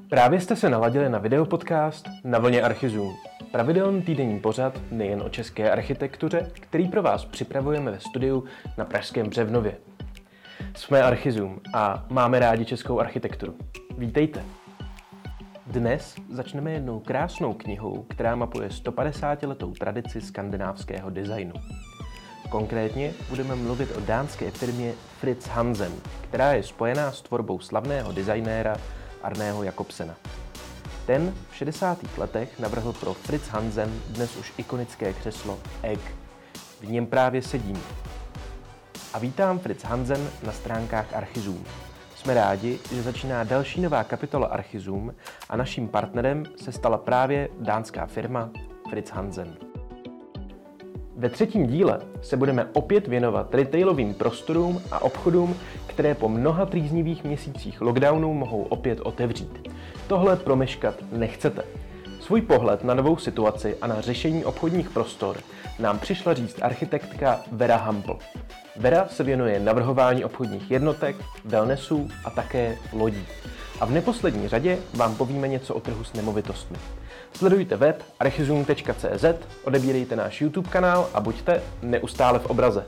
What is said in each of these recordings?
Právě jste se naladili na videopodcast Na vlně Archizoom. Pravidelný týdenní pořad nejen o české architektuře, který pro vás připravujeme ve studiu na pražském Břevnově. Jsme Archizoom a máme rádi českou architekturu. Vítejte! Dnes začneme jednou krásnou knihou, která mapuje 150letou tradici skandinávského designu. Konkrétně budeme mluvit o dánské firmě Fritz Hansen, která je spojená s tvorbou slavného designéra Arneho Jacobsena. Ten v 60. letech navrhl pro Fritz Hansen dnes už ikonické křeslo Egg. V něm právě sedím. A vítám Fritz Hansen na stránkách Archizoom. Jsme rádi, že začíná další nová kapitola Archizoom a naším partnerem se stala právě dánská firma Fritz Hansen. Ve třetím díle se budeme opět věnovat retailovým prostorům a obchodům, které po mnoha trýznivých měsících lockdownu mohou opět otevřít. Tohle promeškat nechcete. Svůj pohled na novou situaci a na řešení obchodních prostor nám přišla říct architektka Vera Hampl. Vera se věnuje navrhování obchodních jednotek, wellnessů a také lodí. A v neposlední řadě vám povíme něco o trhu s nemovitostmi. Sledujte web archizoom.cz, odebírejte náš YouTube kanál a buďte neustále v obraze.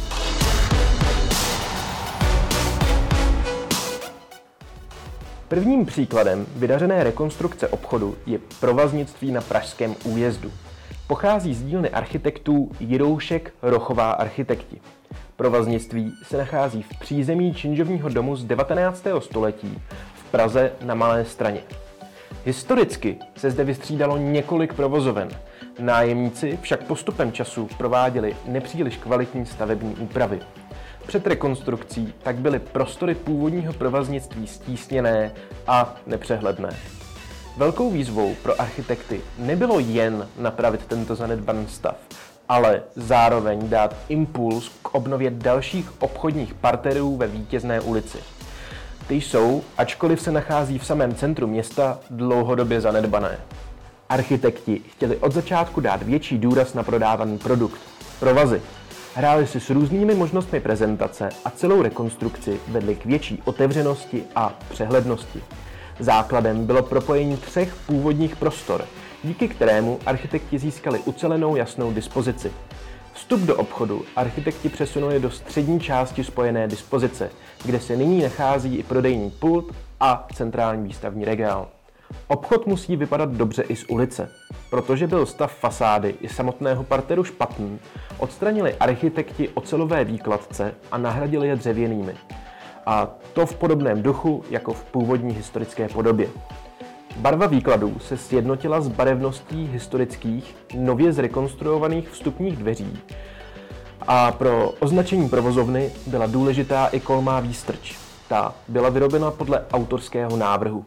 Prvním příkladem vydařené rekonstrukce obchodu je provaznictví na Pražském Újezdu. Pochází z dílny architektů Jiroušek Rochová architekti. Provaznictví se nachází v přízemí činžovního domu z 19. století v Praze na Malé Straně. Historicky se zde vystřídalo několik provozoven. Nájemníci však postupem času prováděli nepříliš kvalitní stavební úpravy. Před rekonstrukcí tak byly prostory původního provaznictví stísněné a nepřehledné. Velkou výzvou pro architekty nebylo jen napravit tento zanedbaný stav, ale zároveň dát impuls k obnově dalších obchodních parterů ve Vítězné ulici. Ty jsou, ačkoliv se nachází v samém centru města, dlouhodobě zanedbané. Architekti chtěli od začátku dát větší důraz na prodávaný produkt, provazy. Hráli si s různými možnostmi prezentace a celou rekonstrukci vedli k větší otevřenosti a přehlednosti. Základem bylo propojení 3 původních prostor, díky kterému architekti získali ucelenou jasnou dispozici. Vstup do obchodu architekti přesunuli do střední části spojené dispozice, kde se nyní nachází i prodejní pult a centrální výstavní regál. Obchod musí vypadat dobře i z ulice. Protože byl stav fasády i samotného parteru špatný, odstranili architekti ocelové výkladce a nahradili je dřevěnými. A to v podobném duchu jako v původní historické podobě. Barva výkladů se sjednotila s barevností historických, nově zrekonstruovaných vstupních dveří a pro označení provozovny byla důležitá i kolmá výstrč. Ta byla vyrobena podle autorského návrhu.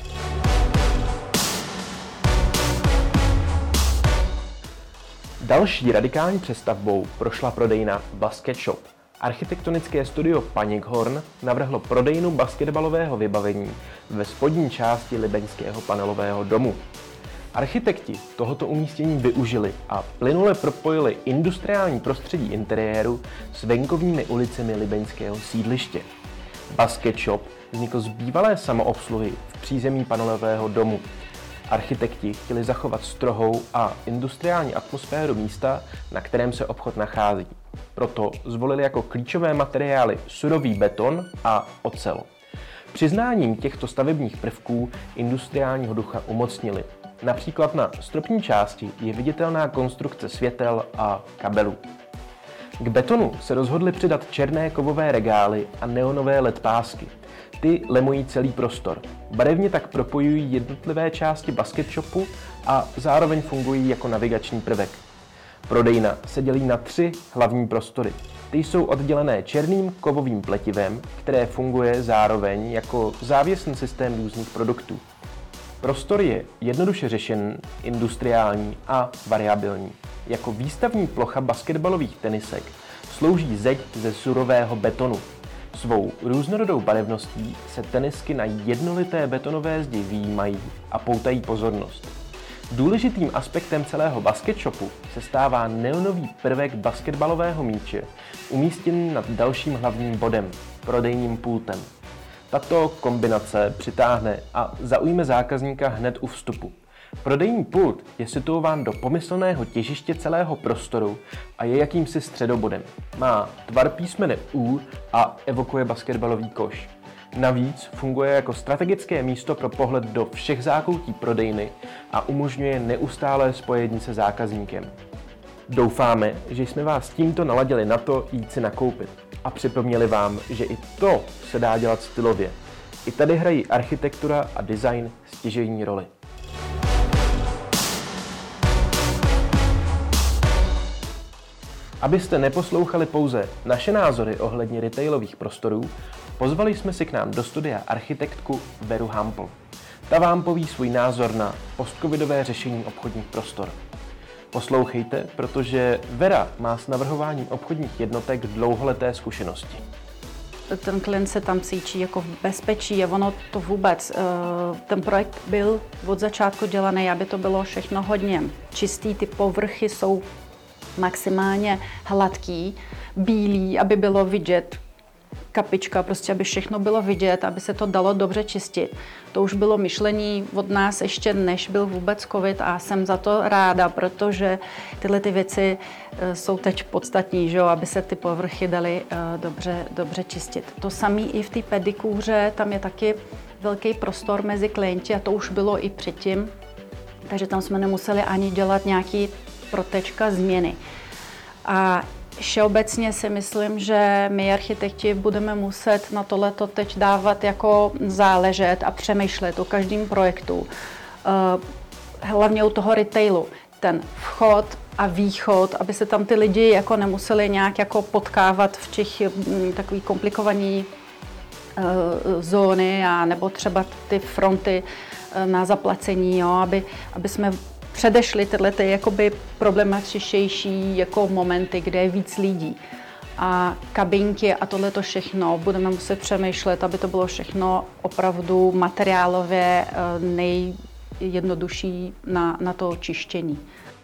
Další radikální přestavbou prošla prodejna Basket Shop. Architektonické studio Panikhorn navrhlo prodejnu basketbalového vybavení ve spodní části libeňského panelového domu. Architekti tohoto umístění využili a plynule propojili industriální prostředí interiéru s venkovními ulicemi libeňského sídliště. Basket Shop vznikl z bývalé samoobsluhy v přízemí panelového domu. Architekti chtěli zachovat strohou a industriální atmosféru místa, na kterém se obchod nachází. Proto zvolili jako klíčové materiály surový beton a ocel. Přiznáním těchto stavebních prvků industriálního ducha umocnili. Například na stropní části je viditelná konstrukce světel a kabelů. K betonu se rozhodli přidat černé kovové regály a neonové LED pásky. Ty lemují celý prostor. Barevně tak propojují jednotlivé části basket shopu a zároveň fungují jako navigační prvek. Prodejna se dělí na 3 hlavní prostory. Ty jsou oddělené černým kovovým pletivem, které funguje zároveň jako závěsný systém různých produktů. Prostor je jednoduše řešen, industriální a variabilní. Jako výstavní plocha basketbalových tenisek slouží zeď ze surového betonu. Svou různorodou barevností se tenisky na jednolité betonové zdi vyjímají a poutají pozornost. Důležitým aspektem celého basket shopu se stává neonový prvek basketbalového míče, umístěný nad dalším hlavním bodem, prodejním pultem. Tato kombinace přitáhne a zaujme zákazníka hned u vstupu. Prodejní pult je situován do pomyslného těžiště celého prostoru a je jakýmsi středobodem. Má tvar písmene U a evokuje basketbalový koš. Navíc funguje jako strategické místo pro pohled do všech zákoutí prodejny a umožňuje neustálé spojení se zákazníkem. Doufáme, že jsme vás tímto naladili na to jít si nakoupit a připomněli vám, že i to se dá dělat stylově. I tady hrají architektura a design stěžejní roli. Abyste neposlouchali pouze naše názory ohledně retailových prostorů, pozvali jsme si k nám do studia architektku Veru Hampl. Ta vám poví svůj názor na postcovidové řešení obchodních prostor. Poslouchejte, protože Vera má s navrhováním obchodních jednotek dlouholeté zkušenosti. Ten klient se tam cítí jako v bezpečí a ono to vůbec, ten projekt byl od začátku dělaný, aby to bylo všechno hodně čistý, ty povrchy jsou maximálně hladký, bílý, aby bylo vidět kapička, prostě aby všechno bylo vidět, aby se to dalo dobře čistit. To už bylo myšlení od nás ještě než byl vůbec covid a jsem za to ráda, protože tyhle ty věci jsou teď podstatní, že jo, aby se ty povrchy daly dobře čistit. To samé i v té pedikúře, tam je taky velký prostor mezi klienty a to už bylo i předtím, takže tam jsme nemuseli ani dělat nějaký protečka změny. A všeobecně si myslím, že my architekti budeme muset na tohleto teď dávat jako záležet a přemýšlet o každém projektu. Hlavně u toho retailu. Ten vchod a východ, aby se tam ty lidi jako nemuseli nějak jako potkávat v těch takový komplikovaný zóny a nebo třeba ty fronty na zaplacení, jo, aby jsme předešli tyhle ty jakoby problematičtější jako momenty, kde je víc lidí. A kabinky a tohleto všechno budeme muset přemýšlet, aby to bylo všechno opravdu materiálově nejjednodušší na to čištění.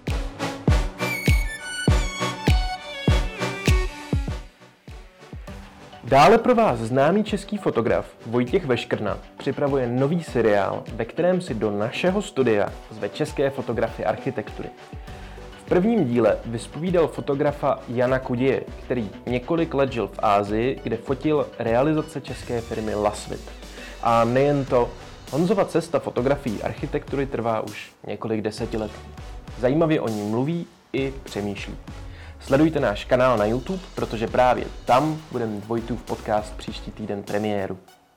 Dále pro vás známý český fotograf Vojtěch Veškrna připravuje nový seriál, ve kterém si do našeho studia zve české fotografy architektury. V prvním díle vyspovídal fotografa Jana Kuděje, který několik let žil v Asii, kde fotil realizace české firmy Lasvit. A nejen to, Honzova cesta fotografií architektury trvá už několik desetiletí. Zajímavě o ní mluví i přemýšlí. Sledujte náš kanál na YouTube, protože právě tam bude mít Vojtův podcast příští týden premiéru.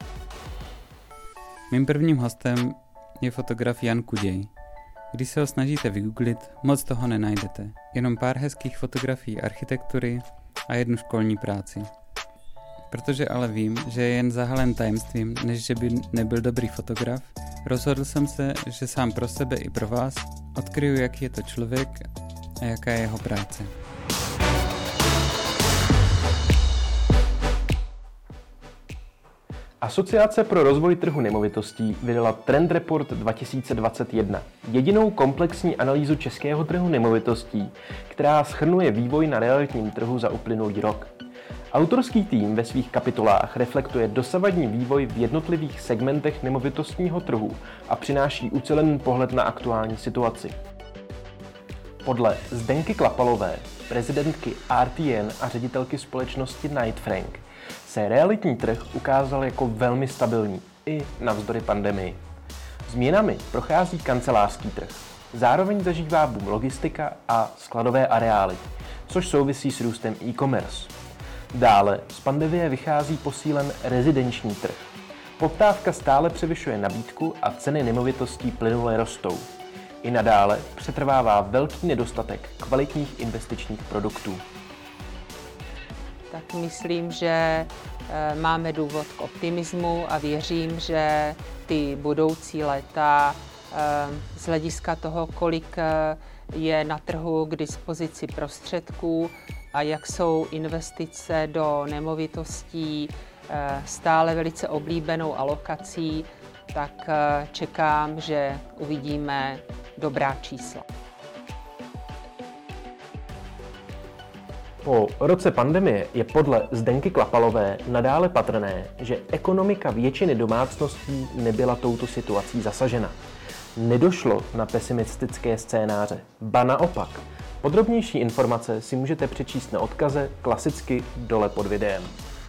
Mým prvním hostem je fotograf Jan Kuděj. Když se ho snažíte vygooglit, moc toho nenajdete. Jenom pár hezkých fotografií architektury a jednu školní práci. Protože ale vím, že je jen zahalen tajemstvím, než že by nebyl dobrý fotograf, rozhodl jsem se, že sám pro sebe i pro vás odkryju, jaký je to člověk a jaká je jeho práce. Asociace pro rozvoj trhu nemovitostí vydala Trend Report 2021, jedinou komplexní analýzu českého trhu nemovitostí, která shrnuje vývoj na realitním trhu za uplynulý rok. Autorský tým ve svých kapitolách reflektuje dosavadní vývoj v jednotlivých segmentech nemovitostního trhu a přináší ucelený pohled na aktuální situaci. Podle Zdenky Klapalové, prezidentky RTN a ředitelky společnosti Knight Frank, se realitní trh ukázal jako velmi stabilní i navzdory pandemii. Změnami prochází kancelářský trh. Zároveň zažívá boom logistika a skladové areály, což souvisí s růstem e-commerce. Dále z pandemie vychází posílen rezidenční trh. Poptávka stále převyšuje nabídku a ceny nemovitostí plynule rostou. I nadále přetrvává velký nedostatek kvalitních investičních produktů. Tak myslím, že máme důvod k optimismu a věřím, že ty budoucí léta z hlediska toho, kolik je na trhu k dispozici prostředků a jak jsou investice do nemovitostí stále velice oblíbenou alokací, tak čekám, že uvidíme dobrá čísla. Po roce pandemie je podle Zdenky Klapalové nadále patrné, že ekonomika většiny domácností nebyla touto situací zasažena. Nedošlo na pesimistické scénáře, ba naopak. Podrobnější informace si můžete přečíst na odkaze klasicky dole pod videem.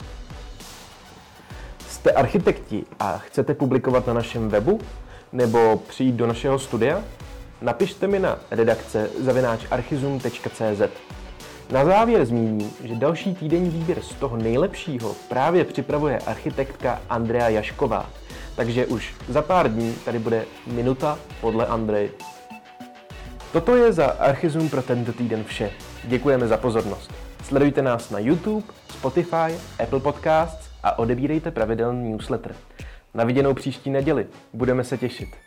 Jste architekti a chcete publikovat na našem webu nebo přijít do našeho studia? Napište mi na redakce@archizum.cz. Na závěr zmíním, že další týdenní výběr z toho nejlepšího právě připravuje architektka Andrea Jašková. Takže už za pár dní tady bude minuta podle Andreji. Toto je za Archizum pro tento týden vše. Děkujeme za pozornost. Sledujte nás na YouTube, Spotify, Apple Podcasts a odebírejte pravidelný newsletter. Na viděnou příští neděli. Budeme se těšit.